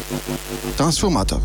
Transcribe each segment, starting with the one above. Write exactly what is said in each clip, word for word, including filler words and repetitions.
Transformator.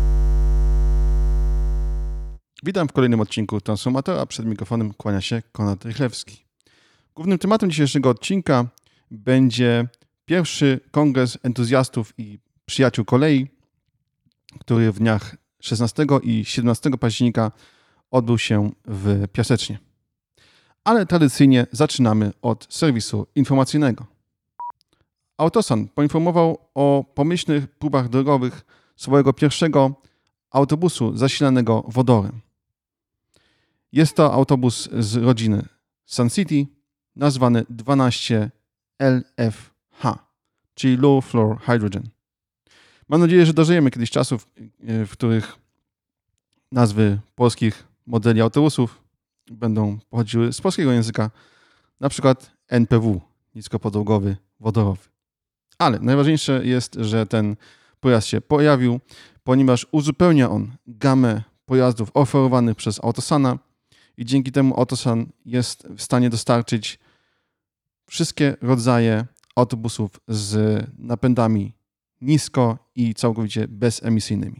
Witam w kolejnym odcinku Transformatora. Przed mikrofonem kłania się Konrad Rychlewski. Głównym tematem dzisiejszego odcinka będzie pierwszy kongres entuzjastów i przyjaciół kolei, który w dniach szesnastego i siedemnastego października odbył się w Piasecznie. Ale tradycyjnie zaczynamy od serwisu informacyjnego. Autosan poinformował o pomyślnych próbach drogowych swojego pierwszego autobusu zasilanego wodorem. Jest to autobus z rodziny Sun City, nazwany dwanaście L F H, czyli Low Floor Hydrogen. Mam nadzieję, że dożyjemy kiedyś czasów, w których nazwy polskich modeli autobusów będą pochodziły z polskiego języka, na przykład N P W, niskopodłogowy wodorowy. Ale najważniejsze jest, że ten pojazd się pojawił, ponieważ uzupełnia on gamę pojazdów oferowanych przez Autosana i dzięki temu Autosan jest w stanie dostarczyć wszystkie rodzaje autobusów z napędami nisko i całkowicie bezemisyjnymi.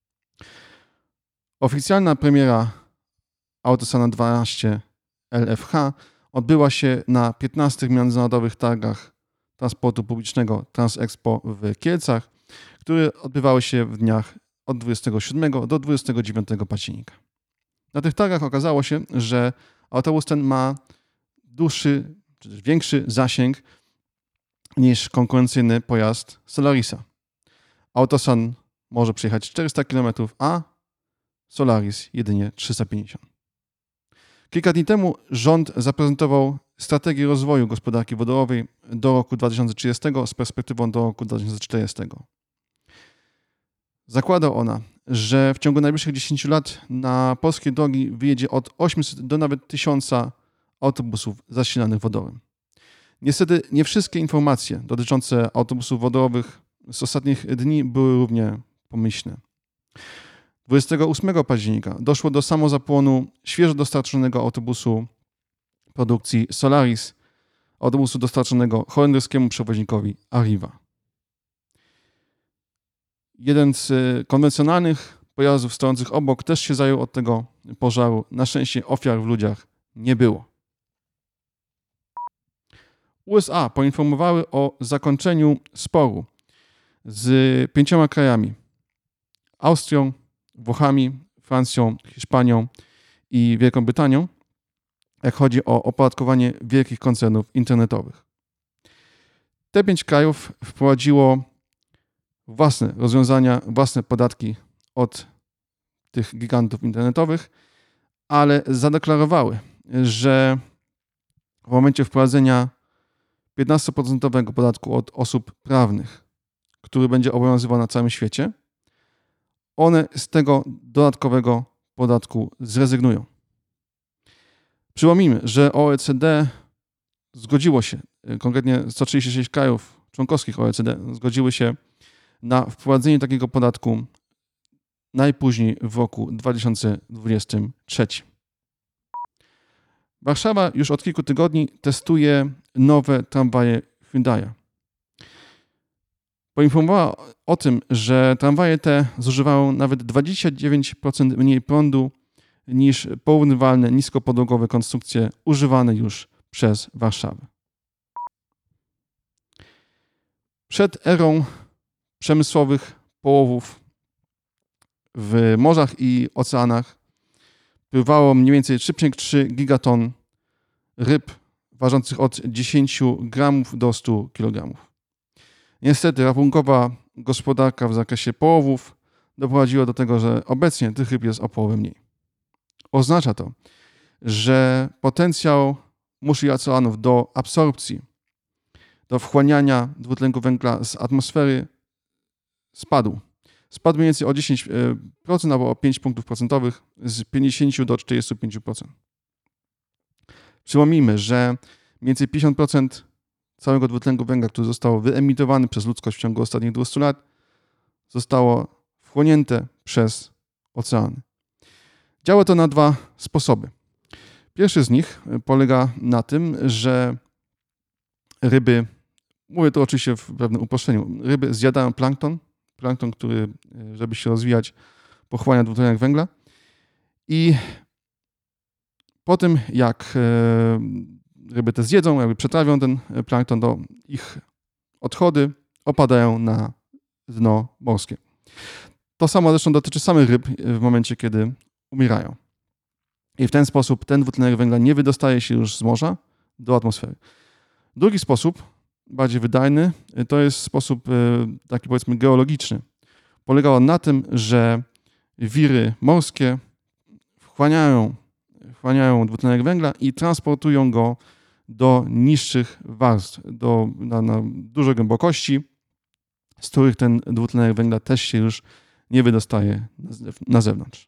Oficjalna premiera Autosana dwanaście L F H odbyła się na piętnastych międzynarodowych targach transportu publicznego Transexpo w Kielcach, które odbywały się w dniach od dwudziestego siódmego do dwudziestego dziewiątego października. Na tych targach okazało się, że autobus ten ma dłuższy, czy też większy zasięg niż konkurencyjny pojazd Solarisa. Autosan może przejechać czterysta kilometrów, a Solaris jedynie trzysta pięćdziesiąt. Kilka dni temu rząd zaprezentował strategię rozwoju gospodarki wodorowej do roku dwa tysiące trzydziestego z perspektywą do roku dwa tysiące czterdziestego. Zakłada ona, że w ciągu najbliższych dziesięciu lat na polskie drogi wyjedzie od ośmiuset do nawet tysiąca autobusów zasilanych wodorem. Niestety nie wszystkie informacje dotyczące autobusów wodorowych z ostatnich dni były równie pomyślne. dwudziestego ósmego października doszło do samozapłonu świeżo dostarczonego autobusu produkcji Solaris, autobusu dostarczonego holenderskiemu przewoźnikowi Arriva. Jeden z konwencjonalnych pojazdów stojących obok też się zajął od tego pożaru. Na szczęście ofiar w ludziach nie było. U S A poinformowały o zakończeniu sporu z pięcioma krajami: Austrią, Włochami, Francją, Hiszpanią i Wielką Brytanią, jak chodzi o opodatkowanie wielkich koncernów internetowych. Te pięć krajów wprowadziło własne rozwiązania, własne podatki od tych gigantów internetowych, ale zadeklarowały, że w momencie wprowadzenia piętnastoprocentowego podatku od osób prawnych, który będzie obowiązywał na całym świecie, one z tego dodatkowego podatku zrezygnują. Przypomnijmy, że O E C D zgodziło się, konkretnie sto trzydzieści sześć krajów członkowskich O E C D zgodziły się na wprowadzenie takiego podatku najpóźniej w roku dwa tysiące dwudziestym trzecim. Warszawa już od kilku tygodni testuje nowe tramwaje Hyundai'a. Poinformowała o tym, że tramwaje te zużywają nawet dwadzieścia dziewięć procent mniej prądu niż porównywalne niskopodłogowe konstrukcje używane już przez Warszawę. Przed erą przemysłowych połowów w morzach i oceanach pływało mniej więcej trzy przecinek trzy gigaton ryb ważących od dziesięciu gramów do stu kilogramów. Niestety rachunkowa gospodarka w zakresie połowów doprowadziła do tego, że obecnie tych ryb jest o połowę mniej. Oznacza to, że potencjał mórz i oceanów do absorpcji, do wchłaniania dwutlenku węgla z atmosfery spadł. Spadł mniej więcej o dziesięć procent albo o pięć punktów procentowych z pięćdziesiąt do czterdziestu pięciu procent. Przypomnijmy, że mniej więcej pięćdziesiąt procent całego dwutlenku węgla, który został wyemitowany przez ludzkość w ciągu ostatnich dwustu lat, zostało wchłonięte przez oceany. Działa to na dwa sposoby. Pierwszy z nich polega na tym, że ryby, mówię to oczywiście w pewnym uproszczeniu, ryby zjadają plankton, plankton, który, żeby się rozwijać, pochłania dwutlenek węgla. I po tym, jak ryby te zjedzą, jakby przetrawią ten plankton, to ich odchody opadają na dno morskie. To samo zresztą dotyczy samych ryb w momencie, kiedy umierają. I w ten sposób ten dwutlenek węgla nie wydostaje się już z morza do atmosfery. Drugi sposób, bardziej wydajny, to jest sposób taki, powiedzmy, geologiczny. Polegał on na tym, że wiry morskie wchłaniają, wchłaniają dwutlenek węgla i transportują go do niższych warstw, do, na, na duże głębokości, z których ten dwutlenek węgla też się już nie wydostaje na zewnątrz.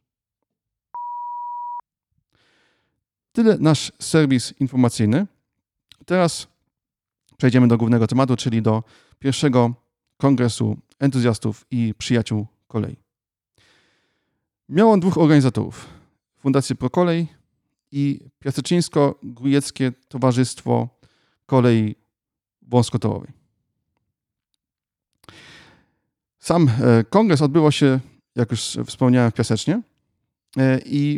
Tyle nasz serwis informacyjny. Teraz przejdziemy do głównego tematu, czyli do pierwszego kongresu entuzjastów i przyjaciół kolei. Miał on dwóch organizatorów. Fundację ProKolej i Piaseczyńsko-Grójeckie Towarzystwo Kolei Wąskotorowej. Sam kongres odbywał się, jak już wspomniałem, w Piasecznie i,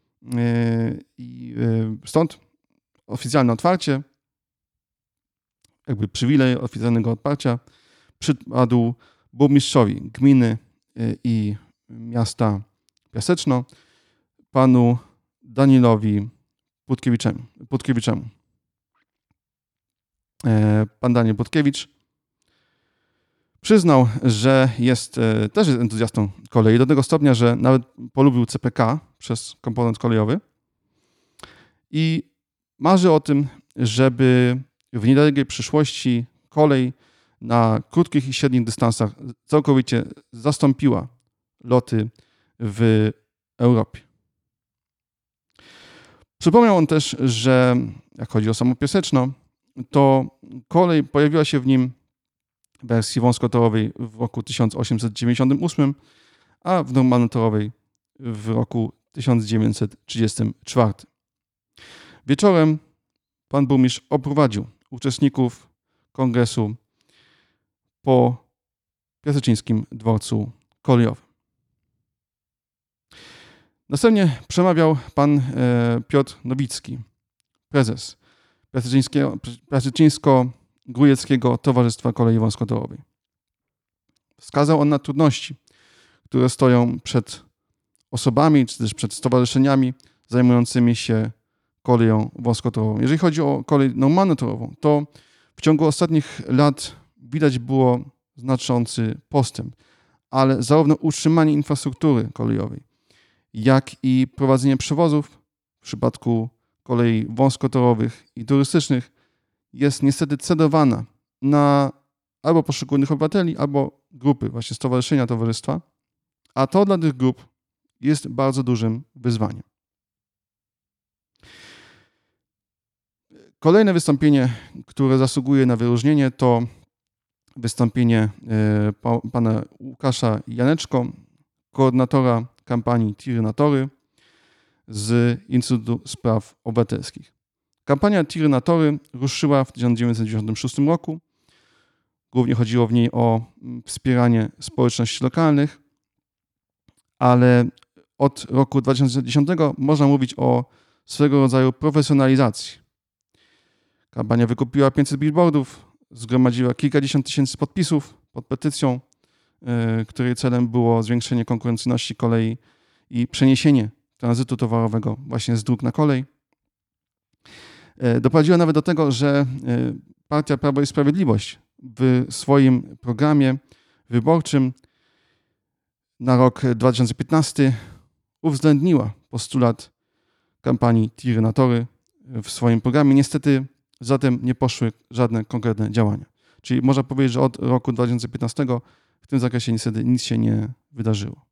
i stąd oficjalne otwarcie, jakby przywilej oficjalnego otwarcia przypadł burmistrzowi gminy i miasta Piaseczno, panu Danielowi Putkiewicz- Putkiewiczemu. Pan Daniel Putkiewicz przyznał, że jest też jest entuzjastą kolei, do tego stopnia, że nawet polubił C P K przez komponent kolejowy i marzy o tym, żeby w niedalekiej przyszłości kolej na krótkich i średnich dystansach całkowicie zastąpiła loty w Europie. Przypomniał on też, że jak chodzi o samo Piaseczno, to kolej pojawiła się w nim w wersji wąskotorowej w roku tysiąc osiemset dziewięćdziesiątym ósmym, a w normalnotorowej w roku tysiąc dziewięćset trzydziestym czwartym. Wieczorem pan burmistrz oprowadził uczestników kongresu po Piaseczyńskim Dworcu Kolejowym. Następnie przemawiał pan Piotr Nowicki, prezes Piaseczyńsko-Grójeckiego Towarzystwa Kolei Wąskotorowej. Wskazał on na trudności, które stoją przed osobami, czy też przed stowarzyszeniami zajmującymi się koleją wąskotorową. Jeżeli chodzi o kolej normalnotorową, to w ciągu ostatnich lat widać było znaczący postęp, ale zarówno utrzymanie infrastruktury kolejowej, jak i prowadzenie przewozów w przypadku kolei wąskotorowych i turystycznych jest niestety cedowana na albo poszczególnych obywateli, albo grupy, właśnie stowarzyszenia, towarzystwa, a to dla tych grup jest bardzo dużym wyzwaniem. Kolejne wystąpienie, które zasługuje na wyróżnienie, to wystąpienie pana Łukasza Janeczko, koordynatora kampanii Tiry na Tory z Instytutu Spraw Obywatelskich. Kampania Tiry na Tory ruszyła w tysiąc dziewięćset dziewięćdziesiątym szóstym roku. Głównie chodziło w niej o wspieranie społeczności lokalnych, ale od roku dwa tysiące dziesiątego można mówić o swego rodzaju profesjonalizacji. Kampania wykupiła pięćset billboardów, zgromadziła kilkadziesiąt tysięcy podpisów pod petycją, której celem było zwiększenie konkurencyjności kolei i przeniesienie tranzytu towarowego właśnie z dróg na kolej. Doprowadziła nawet do tego, że partia Prawo i Sprawiedliwość w swoim programie wyborczym na rok dwa tysiące piętnasty uwzględniła postulat kampanii Tiry na Tory w swoim programie. Niestety zatem nie poszły żadne konkretne działania. Czyli można powiedzieć, że od roku dwa tysiące piętnastego w tym zakresie niestety nic się nie wydarzyło.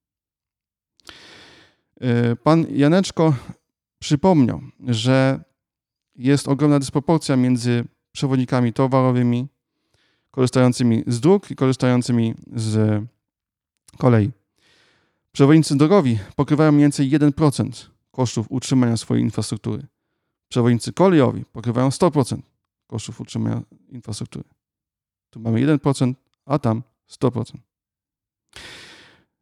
Pan Janeczko przypomniał, że jest ogromna dysproporcja między przewodnikami towarowymi korzystającymi z dróg i korzystającymi z kolei. Przewodnicy drogowi pokrywają mniej więcej jeden procent kosztów utrzymania swojej infrastruktury. Przewodnicy kolejowi pokrywają sto procent kosztów utrzymania infrastruktury. Tu mamy jeden procent, a tam sto procent.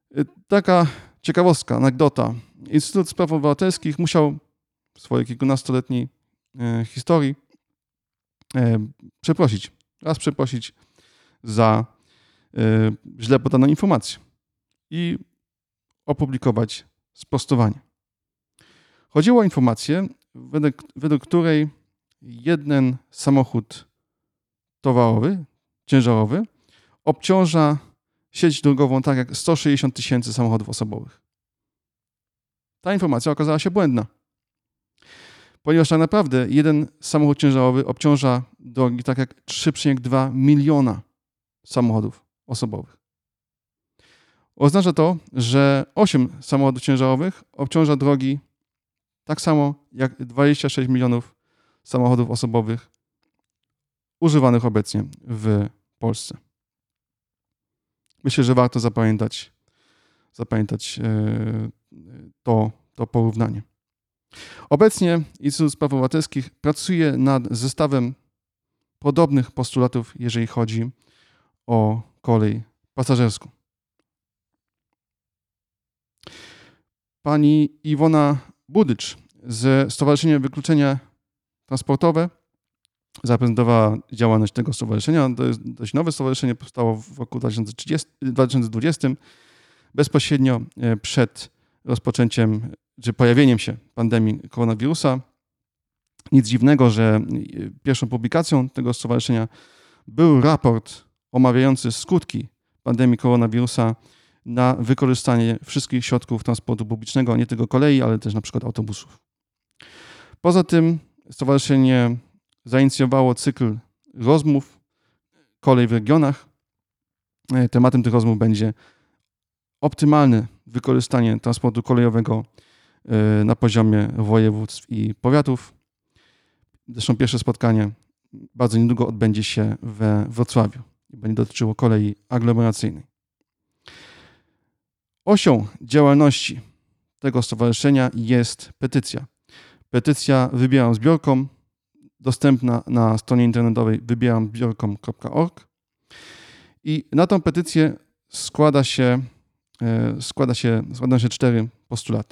Taka ciekawostka, anegdota. Instytut Spraw Obywatelskich musiał w swojej kilkunastoletniej historii przeprosić, raz przeprosić za źle podaną informację i opublikować sprostowanie. Chodziło o informację, według, według której jeden samochód towarowy, ciężarowy obciąża sieć drogową tak jak sto sześćdziesiąt tysięcy samochodów osobowych. Ta informacja okazała się błędna, ponieważ tak naprawdę jeden samochód ciężarowy obciąża drogi tak jak trzy przecinek dwa miliona samochodów osobowych. Oznacza to, że osiem samochodów ciężarowych obciąża drogi tak samo jak dwadzieścia sześć milionów samochodów osobowych używanych obecnie w Polsce. Myślę, że warto zapamiętać, zapamiętać to, to porównanie. Obecnie Instytut Spraw Obywatelskich pracuje nad zestawem podobnych postulatów, jeżeli chodzi o kolej pasażerską. Pani Iwona Budycz ze Stowarzyszenia Wykluczenie Transportowe zaprezentowała działalność tego stowarzyszenia. To jest dość nowe stowarzyszenie, powstało w roku dwa tysiące dwudziestym, bezpośrednio przed rozpoczęciem czy pojawieniem się pandemii koronawirusa. Nic dziwnego, że pierwszą publikacją tego stowarzyszenia był raport omawiający skutki pandemii koronawirusa na wykorzystanie wszystkich środków transportu publicznego, nie tylko kolei, ale też na przykład autobusów. Poza tym stowarzyszenie zainicjowało cykl rozmów kolej w regionach. Tematem tych rozmów będzie optymalne wykorzystanie transportu kolejowego na poziomie województw i powiatów. Zresztą pierwsze spotkanie bardzo niedługo odbędzie się we Wrocławiu i będzie dotyczyło kolei aglomeracyjnej. Osią działalności tego stowarzyszenia jest petycja. Petycja Wybieram zbiorką, dostępna na stronie internetowej wybieram zbiorką kropka org. I na tą petycję składa się, składa się, składają się cztery postulaty.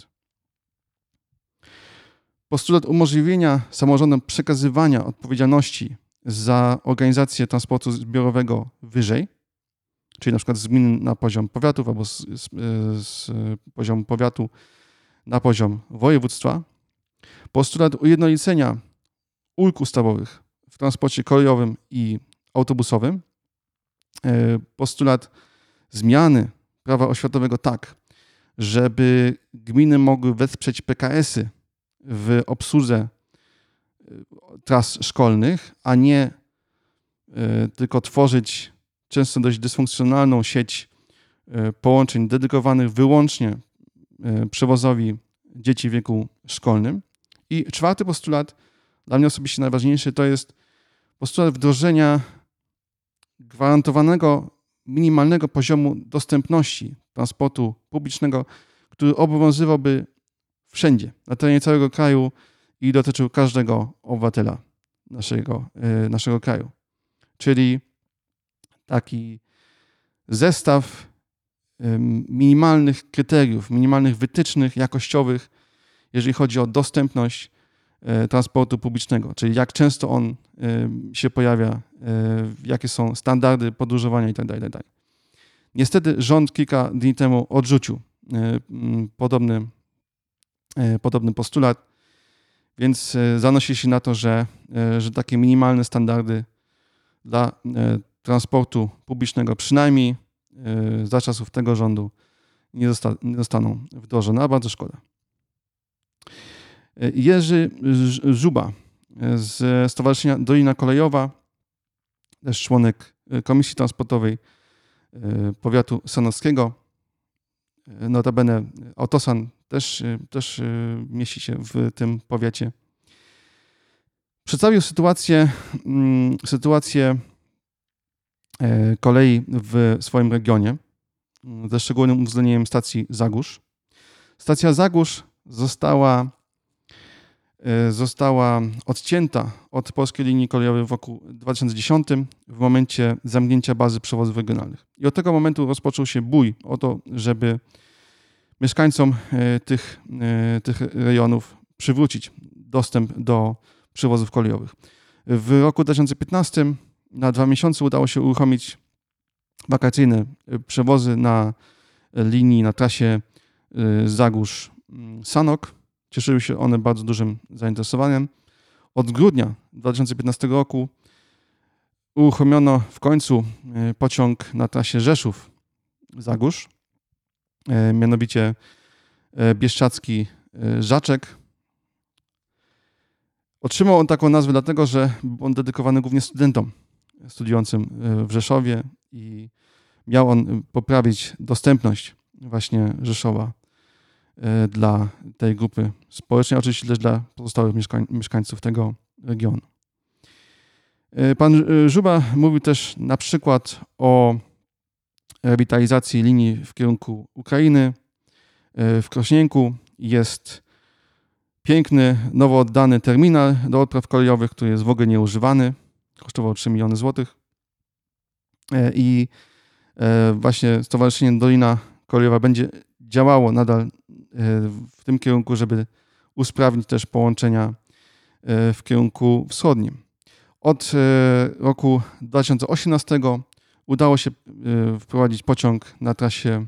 Postulat umożliwienia samorządom przekazywania odpowiedzialności za organizację transportu zbiorowego wyżej, czyli na przykład z gmin na poziom powiatów albo z, z, z poziomu powiatu na poziom województwa. Postulat ujednolicenia ulg ustawowych w transporcie kolejowym i autobusowym. Postulat zmiany prawa oświatowego tak, żeby gminy mogły wesprzeć P K esy w obsłudze tras szkolnych, a nie tylko tworzyć często dość dysfunkcjonalną sieć połączeń dedykowanych wyłącznie przewozowi dzieci w wieku szkolnym. I czwarty postulat, dla mnie osobiście najważniejszy, to jest postulat wdrożenia gwarantowanego minimalnego poziomu dostępności transportu publicznego, który obowiązywałby wszędzie, na terenie całego kraju i dotyczył każdego obywatela naszego, naszego kraju. Czyli taki zestaw minimalnych kryteriów, minimalnych wytycznych jakościowych, jeżeli chodzi o dostępność transportu publicznego, czyli jak często on się pojawia, jakie są standardy podróżowania itd. itd. Niestety rząd kilka dni temu odrzucił podobny, podobny postulat, więc zanosi się na to, że, że takie minimalne standardy dla transportu publicznego przynajmniej za czasów tego rządu nie, zosta- nie zostaną wdrożone, a bardzo szkoda. Jerzy Żuba z Stowarzyszenia Dolina Kolejowa, też członek Komisji Transportowej Powiatu Sanockiego. Notabene Autosan też, też mieści się w tym powiecie. Przedstawił sytuację, sytuację kolei w swoim regionie, ze szczególnym uwzględnieniem stacji Zagórz. Stacja Zagórz została została odcięta od polskiej linii kolejowej w roku dwa tysiące dziesiątym w momencie zamknięcia bazy przewozów regionalnych. I od tego momentu rozpoczął się bój o to, żeby mieszkańcom tych, tych rejonów przywrócić dostęp do przewozów kolejowych. W roku dwa tysiące piętnastym na dwa miesiące udało się uruchomić wakacyjne przewozy na linii, na trasie Zagórz-Sanok. Cieszyły się one bardzo dużym zainteresowaniem. Od grudnia dwa tysiące piętnastego roku uruchomiono w końcu pociąg na trasie Rzeszów-Zagórz, mianowicie Bieszczadzki Żaczek. Otrzymał on taką nazwę dlatego, że był on dedykowany głównie studentom studiującym w Rzeszowie i miał on poprawić dostępność właśnie Rzeszowa dla tej grupy społecznej, oczywiście też dla pozostałych mieszkań, mieszkańców tego regionu. Pan Żuba mówił też na przykład o rewitalizacji linii w kierunku Ukrainy. W Krośnieńku jest piękny, nowo oddany terminal do odpraw kolejowych, który jest w ogóle nieużywany. Kosztował trzy miliony złotych. I właśnie Stowarzyszenie Dolina Kolejowa będzie działało nadal w tym kierunku, żeby usprawnić też połączenia w kierunku wschodnim. Od roku dwa tysiące osiemnastego udało się wprowadzić pociąg na trasie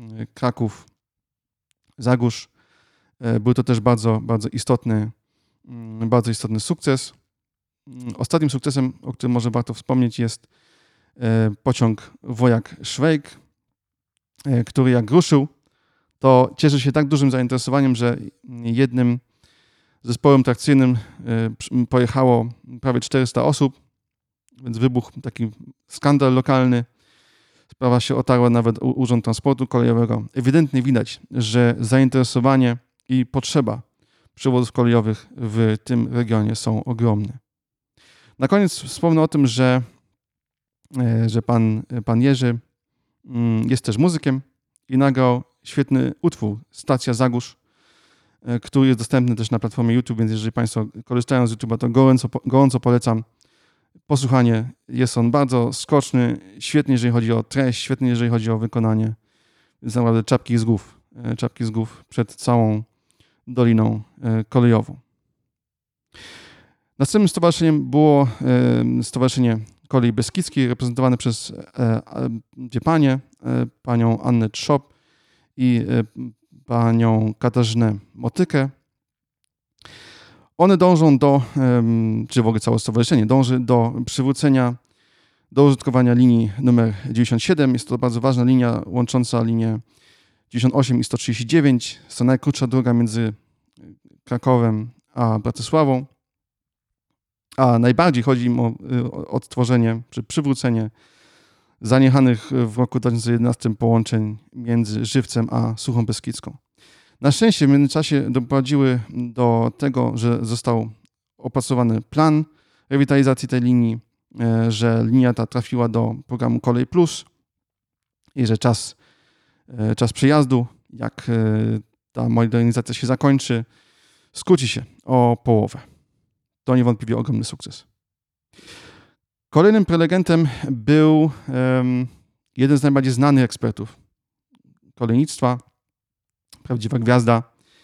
Kraków-Zagórz. Był to też bardzo, bardzo istotny, bardzo istotny sukces. Ostatnim sukcesem, o którym może warto wspomnieć, jest pociąg Wojak-Szwejk, który jak ruszył, to cieszy się tak dużym zainteresowaniem, że jednym zespołem trakcyjnym pojechało prawie czterysta osób, więc wybuchł taki skandal lokalny. Sprawa się otarła nawet u Urząd Transportu Kolejowego. Ewidentnie widać, że zainteresowanie i potrzeba przewozów kolejowych w tym regionie są ogromne. Na koniec wspomnę o tym, że, że pan, pan Jerzy jest też muzykiem i nagrał świetny utwór Stacja Zagórz, który jest dostępny też na platformie YouTube, więc jeżeli Państwo korzystają z YouTube'a, to gorąco, gorąco polecam posłuchanie. Jest on bardzo skoczny, świetny jeżeli chodzi o treść, świetny jeżeli chodzi o wykonanie. Jest naprawdę czapki z głów, czapki z głów przed całą Doliną Kolejową. Następnym stowarzyszeniem było Stowarzyszenie Kolei Beskidzkiej, reprezentowane przez dwie panie, panią Annę Trzop i panią Katarzynę Motykę. One dążą do, czy w ogóle całe stowarzyszenie dąży do przywrócenia do użytkowania linii numer dziewięćdziesiąt siedem. Jest to bardzo ważna linia łącząca linię dziewięćdziesiąt osiem i sto trzydzieści dziewięć. Jest to najkrótsza droga między Krakowem a Bratysławą. A najbardziej chodzi im o odtworzenie czy przywrócenie zaniechanych w roku dwa tysiące jedenastym połączeń między Żywcem a Suchą Beskidzką. Na szczęście w międzyczasie doprowadziły do tego, że został opracowany plan rewitalizacji tej linii, że linia ta trafiła do programu Kolej Plus i że czas, czas przejazdu, jak ta modernizacja się zakończy, skróci się o połowę. To niewątpliwie ogromny sukces. Kolejnym prelegentem był um, jeden z najbardziej znanych ekspertów kolejnictwa, prawdziwa gwiazda,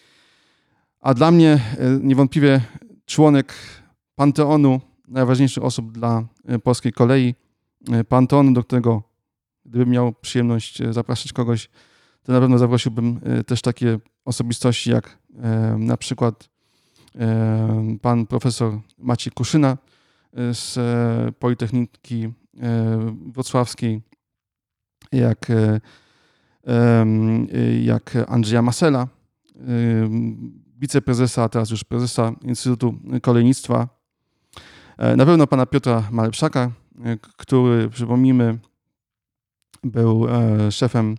a dla mnie niewątpliwie członek panteonu najważniejszych osób dla polskiej kolei. Panteonu, do którego gdybym miał przyjemność zapraszać kogoś, to na pewno zaprosiłbym też takie osobistości jak e, na przykład e, pan profesor Maciej Kuszyna z Politechniki Wrocławskiej, jak, jak Andrzeja Masela, wiceprezesa, a teraz już prezesa Instytutu Kolejnictwa. Na pewno pana Piotra Malepszaka, który, przypomnijmy, był szefem,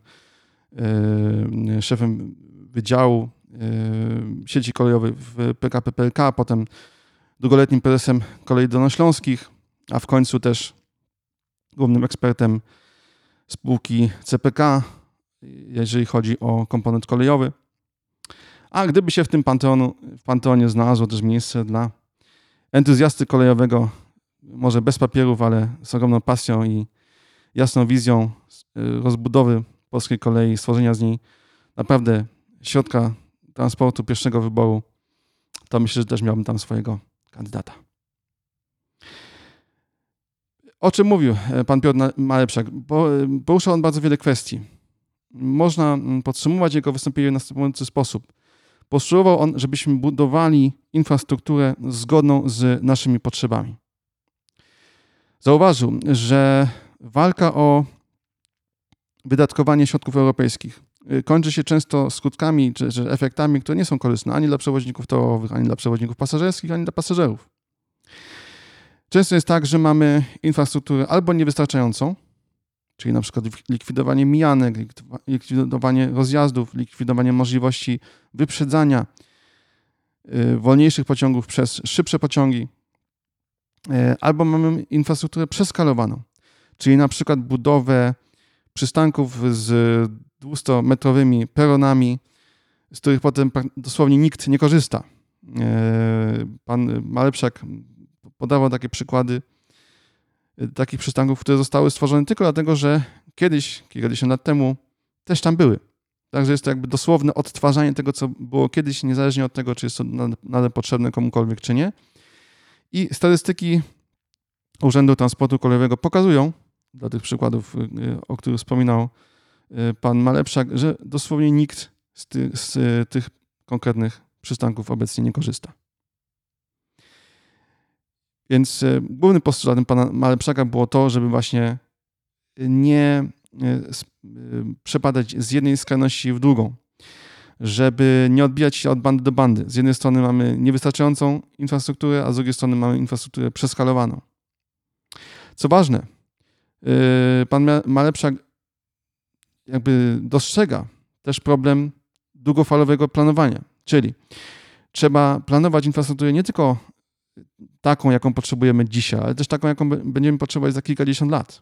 szefem Wydziału Sieci Kolejowej w P K P P L K, potem długoletnim prezesem Kolei Dolnośląskich, a w końcu też głównym ekspertem spółki C P K, jeżeli chodzi o komponent kolejowy. A gdyby się w tym panteonu, w panteonie znalazło też miejsce dla entuzjasty kolejowego, może bez papierów, ale z ogromną pasją i jasną wizją rozbudowy polskiej kolei, stworzenia z niej naprawdę środka transportu pierwszego wyboru, to myślę, że też miałbym tam swojego kandydata. O czym mówił pan Piotr Malepszak? Poruszał on bardzo wiele kwestii. Można podsumować jego wystąpienie w następujący sposób. Postulował on, żebyśmy budowali infrastrukturę zgodną z naszymi potrzebami. Zauważył, że walka o wydatkowanie środków europejskich kończy się często skutkami czy, czy efektami, które nie są korzystne ani dla przewoźników towarowych, ani dla przewoźników pasażerskich, ani dla pasażerów. Często jest tak, że mamy infrastrukturę albo niewystarczającą, czyli na przykład likwidowanie mijanek, likwidowanie rozjazdów, likwidowanie możliwości wyprzedzania wolniejszych pociągów przez szybsze pociągi, albo mamy infrastrukturę przeskalowaną, czyli na przykład budowę przystanków z dwustumetrowymi peronami, z których potem dosłownie nikt nie korzysta. Pan Malepszak podawał takie przykłady takich przystanków, które zostały stworzone tylko dlatego, że kiedyś, kilkadziesiąt lat temu też tam były. Także jest to jakby dosłowne odtwarzanie tego, co było kiedyś, niezależnie od tego, czy jest to nadal potrzebne komukolwiek, czy nie. I statystyki Urzędu Transportu Kolejowego pokazują, dla tych przykładów, o których wspominał pan Malepszak, że dosłownie nikt z, ty, z tych konkretnych przystanków obecnie nie korzysta. Więc głównym postulatem pana Malepszaka było to, żeby właśnie nie przepadać z jednej skrajności w drugą, żeby nie odbijać się od bandy do bandy. Z jednej strony mamy niewystarczającą infrastrukturę, a z drugiej strony mamy infrastrukturę przeskalowaną. Co ważne, pan Malepszak jakby dostrzega też problem długofalowego planowania, czyli trzeba planować infrastrukturę nie tylko taką, jaką potrzebujemy dzisiaj, ale też taką, jaką będziemy potrzebować za kilkadziesiąt lat.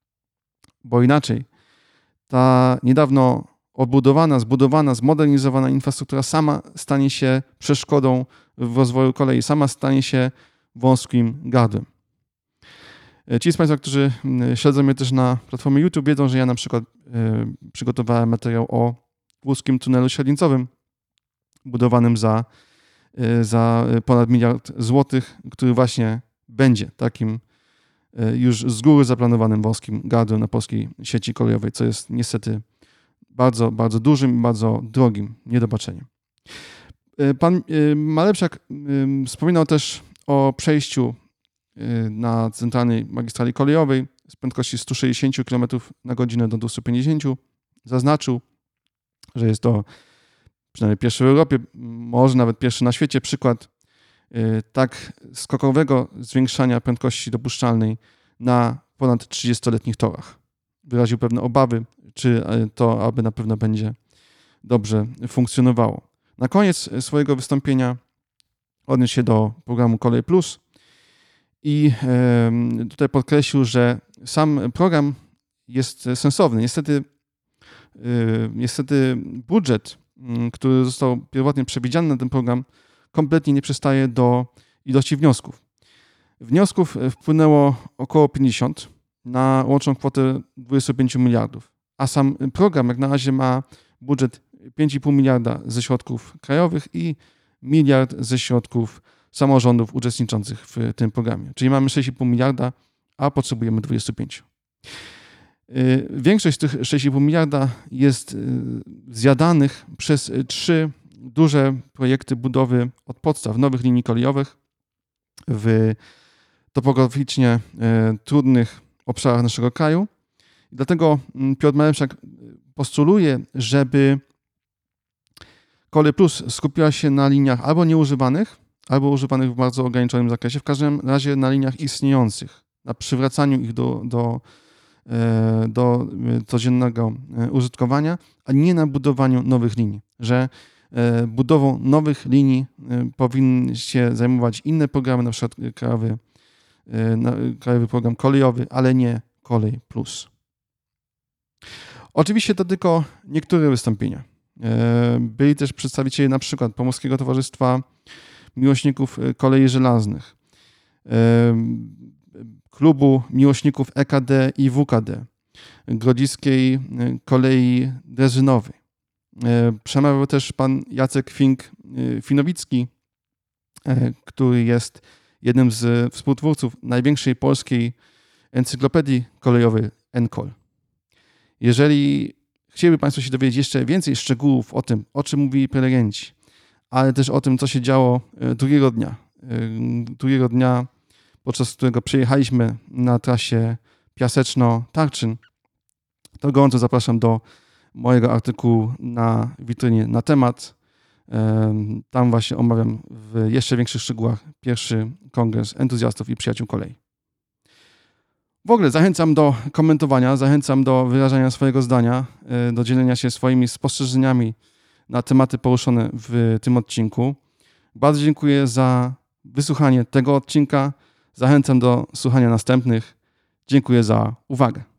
Bo inaczej ta niedawno odbudowana, zbudowana, zmodernizowana infrastruktura sama stanie się przeszkodą w rozwoju kolei, sama stanie się wąskim gardłem. Ci z Państwa, którzy śledzą mnie też na platformie YouTube, wiedzą, że ja na przykład y, przygotowałem materiał o łódzkim tunelu średnicowym budowanym za, y, za ponad miliard złotych, który właśnie będzie takim y, już z góry zaplanowanym wąskim gardłem na polskiej sieci kolejowej, co jest niestety bardzo, bardzo dużym i bardzo drogim niedobaczeniem. Y, pan y, Malepszak y, wspominał też o przejściu na centralnej magistrali kolejowej z prędkości sto sześćdziesiąt kilometrów na godzinę do dwieście pięćdziesiąt. Zaznaczył, że jest to przynajmniej pierwszy w Europie, może nawet pierwszy na świecie przykład tak skokowego zwiększania prędkości dopuszczalnej na ponad trzydziestoletnich torach. Wyraził pewne obawy, czy to aby na pewno będzie dobrze funkcjonowało. Na koniec swojego wystąpienia odniósł się do programu Kolej Plus i tutaj podkreślił, że sam program jest sensowny. Niestety, niestety budżet, który został pierwotnie przewidziany na ten program, kompletnie nie przystaje do ilości wniosków. Wniosków wpłynęło około pięćdziesiąt na łączną kwotę dwadzieścia pięć miliardów, a sam program jak na razie ma budżet pięć i pół miliarda ze środków krajowych i miliard ze środków samorządów uczestniczących w tym programie. Czyli mamy sześć i pół miliarda, a potrzebujemy dwadzieścia pięć. Większość z tych sześć i pół miliarda jest zjadanych przez trzy duże projekty budowy od podstaw nowych linii kolejowych w topograficznie trudnych obszarach naszego kraju. Dlatego Piotr Malepszak postuluje, żeby Kolej Plus skupiła się na liniach albo nieużywanych, albo używanych w bardzo ograniczonym zakresie, w każdym razie na liniach istniejących, na przywracaniu ich do, do, do codziennego użytkowania, a nie na budowaniu nowych linii, że budową nowych linii powinny się zajmować inne programy, na przykład krajowy, krajowy program kolejowy, ale nie Kolej Plus. Oczywiście to tylko niektóre wystąpienia. Byli też przedstawiciele na przykład Pomorskiego Towarzystwa Miłośników Kolei Żelaznych, Klubu Miłośników E K D i W K D, Grodziskiej Kolei Dreżynowej. Przemawiał też pan Jacek Fink-Finowicki, który jest jednym z współtwórców największej polskiej encyklopedii kolejowej Encol. Jeżeli chcieliby Państwo się dowiedzieć jeszcze więcej szczegółów o tym, o czym mówili prelegenci, ale też o tym, co się działo drugiego dnia, drugiego dnia, podczas którego przejechaliśmy na trasie Piaseczno-Tarczyn, to gorąco zapraszam do mojego artykułu na witrynie na temat. Tam właśnie omawiam w jeszcze większych szczegółach pierwszy kongres entuzjastów i przyjaciół kolei. W ogóle zachęcam do komentowania, zachęcam do wyrażania swojego zdania, do dzielenia się swoimi spostrzeżeniami na tematy poruszone w tym odcinku. Bardzo dziękuję za wysłuchanie tego odcinka. Zachęcam do słuchania następnych. Dziękuję za uwagę.